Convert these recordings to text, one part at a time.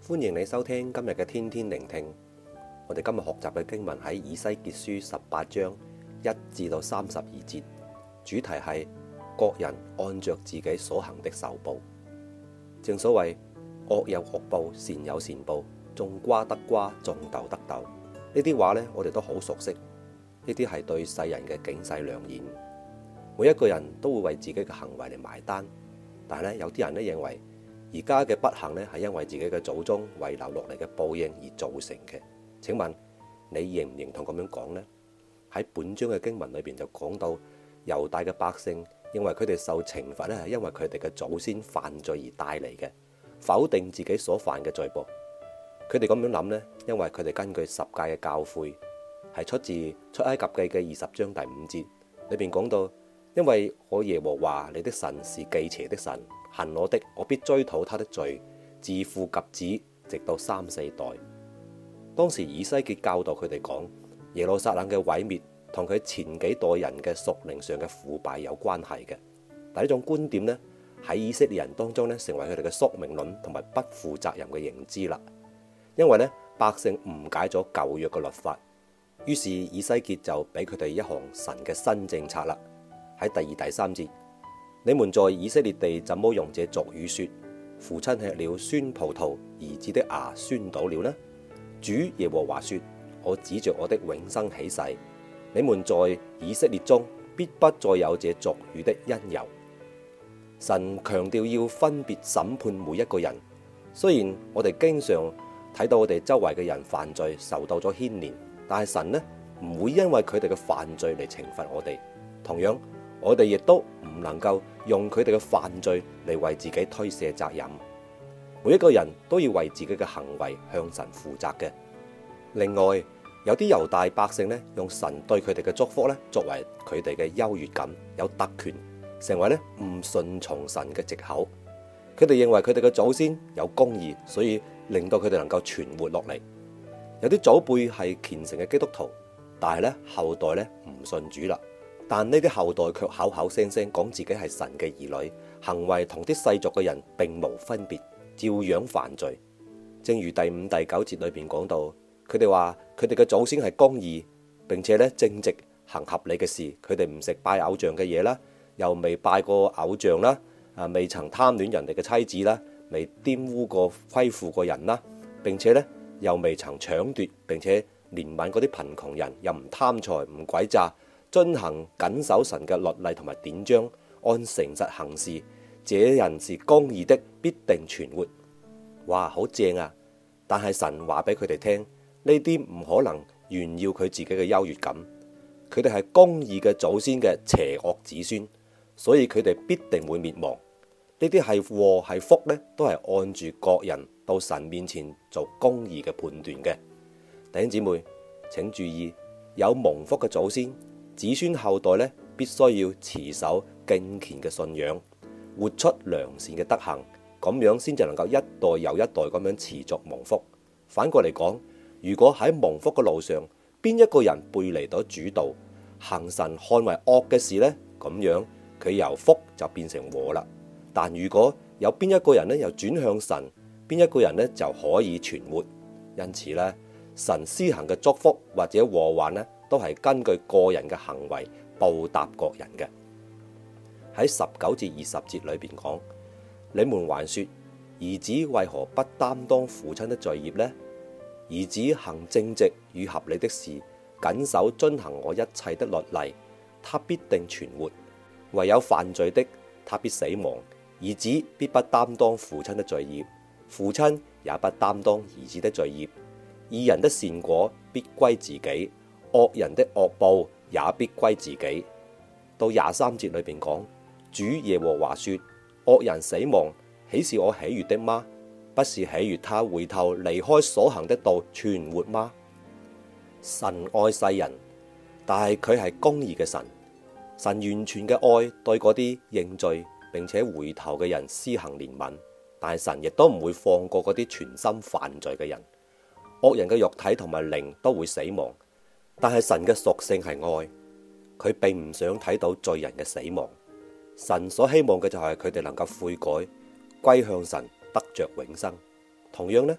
歡迎你收聽今日嘅天天聆聽。我哋今日學習嘅經文喺以西結書18章1至到32節，主題係各人按着自己所行的受報。正所謂惡有惡報，善有善報，種瓜得瓜，種豆得豆。呢啲話呢，我哋都好熟悉。呢啲係對世人嘅警世良言。每一個人都會為自己嘅行為嚟埋單，但係咧，有啲人咧認為而家嘅不幸咧係因為自己嘅祖宗遺留落嚟嘅報應而造成嘅。請問你認唔認同咁樣講呢？喺本章嘅經文裏邊就講到猶大嘅百姓認為佢哋受懲罰咧係因為佢哋嘅祖先犯罪而帶嚟嘅，否定自己所犯嘅罪噃。佢哋咁樣諗呢，因為佢哋根據十誡嘅教誨，係出自出埃及記嘅20章第5節裏邊講到，因為我耶和華你的神是忌邪的神，恨我的，我必追討他的罪，自父及子，直到3、4代。當時以西結教導佢哋講，耶路撒冷嘅毀滅同佢前幾代人嘅屬靈上嘅腐敗有關係嘅。但呢種觀點呢，喺以色列人當中呢，成為佢哋嘅宿命論同埋不負責任嘅認知啦。因為呢，百姓誤解咗舊約嘅律法，於是以西結就俾佢哋一項神嘅新政策啦。喺第2、第3節，你們在以色列地怎麼用這俗語說，父親吃了酸葡萄，兒子的牙酸倒了呢？主耶和華說，我指着我的永生起誓，你們在以色列中必不再有這俗語的因由。神強調要分別審判每一個人，雖然我哋經常睇到我哋周圍嘅人犯罪受到咗牽連，但係神呢唔會因為佢哋嘅犯罪嚟懲罰我哋。同樣，我哋亦都唔能夠用佢哋嘅犯罪嚟為自己推卸責任。每一個人都要為自己嘅行為向神負責嘅。另外，有啲猶大百姓呢，用神對佢哋嘅祝福呢作為佢哋嘅優越感，有特權，成為呢唔順從神嘅藉口。佢哋認為佢哋嘅祖先有公義，所以令到佢哋能夠存活落嚟。有啲祖輩係虔誠嘅基督徒，但係呢後代呢唔信主啦。但呢啲後代卻口口聲聲講自己係神嘅兒女，行為同啲世俗嘅人並無分別，照樣犯罪。正如第5、第9節裏邊講到，佢哋話佢哋嘅祖先係公義，並且咧正直行合理嘅事，佢哋唔食拜偶像嘅嘢啦，又未拜過偶像啦，未曾貪戀人哋嘅妻子啦，未玷污過虧負過人啦，並且咧又未曾搶奪，並且憐憫嗰啲貧窮人，又唔貪財唔詭詐，遵行謹守神嘅律例同埋典章，按誠實行事，這人是公義的，必定存活。哇，好正啊！但係神話俾佢哋聽，呢啲唔可能炫耀佢自己嘅優越感。佢哋係公義嘅祖先嘅邪惡子孫，所以佢哋必定會滅亡。呢啲係禍係福呢，都係按住各人到神面前做公義嘅判斷嘅。弟兄姊妹，請注意，有蒙福嘅祖先，子孫後代咧，必須要持守敬虔嘅信仰，活出良善嘅德行，咁樣先至能夠一代又一代咁樣持續蒙福。反過嚟講，如果喺蒙福嘅路上，邊一個人背離咗主道，行神看為惡嘅事呢，咁樣佢由福就變成禍啦。但如果有邊一個人呢又轉向神，邊一個人呢就可以存活。因此呢，神施行嘅祝福或者禍患呢，都係根據個人嘅行為報答各人嘅。喺19至20節裏邊講，你們還說，兒子為何不擔當父親的罪孽呢？兒子行正直與合理的事，謹守遵行我一切的律例，他必定存活；唯有犯罪的，他必死亡。兒子必不擔當父親的罪孽，父親也不擔當兒子的罪孽。義人的善果必歸自己，惡人的惡報也必歸自己。到23節裏邊講，主耶和華說，惡人死亡，豈是我喜悅的嗎？不是喜悅他回頭離開所行的道存活嗎？神愛世人，但係佢係公義嘅神。神完全嘅愛對嗰啲認罪並且回頭嘅人施行憐憫，但係神亦都唔會放過嗰啲全心犯罪嘅人。惡人嘅肉體同埋靈都會死亡，但係神嘅屬性係愛，佢並唔想睇到罪人嘅死亡。神所希望嘅就係佢哋能夠悔改，歸向神，得着永生。同樣呢，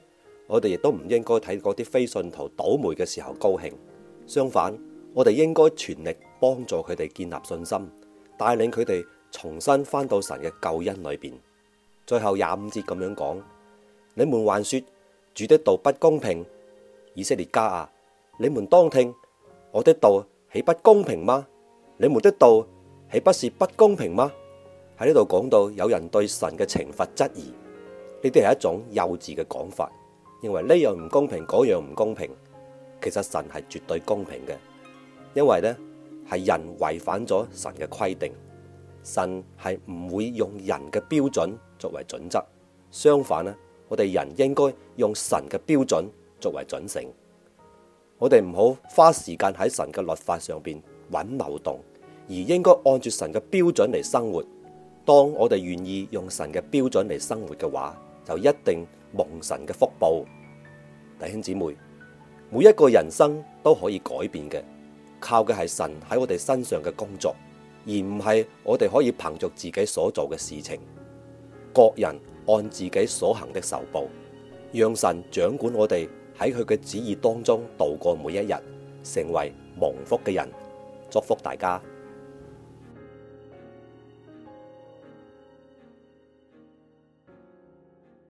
我哋亦都唔應該睇嗰啲非信徒倒霉嘅時候高興。相反，我哋應該全力幫助佢哋建立信心，帶領佢哋重新返到神嘅救恩裏邊。最後25節咁樣講：你們還說主的道不公平，以色列家啊，你們當聽，我的道豈不公平嗎？你們的道豈不是不公平嗎？喺呢度講到有人對神嘅懲罰質疑，呢啲係一種幼稚嘅講法，認為呢樣唔公平，嗰樣唔公平。其實神係絕對公平嘅，因為呢係人違反咗神嘅規定，神係唔會用人嘅標準作為準則。相反呢，我哋人應該用神嘅標準作為準繩。我哋唔好花時間喺神嘅律法上邊揾漏洞，而應該按住神嘅標準嚟生活。當我哋願意用神嘅標準嚟生活嘅話，就一定蒙神嘅福報。弟兄姊妹，每一個人生都可以改變嘅，靠嘅係神喺我哋身上嘅工作，而唔係我哋可以憑着自己所做嘅事情。各人按自己所行的受報，讓神掌管我哋喺佢嘅旨意當中度過每一日，成為蒙福嘅人。祝福大家。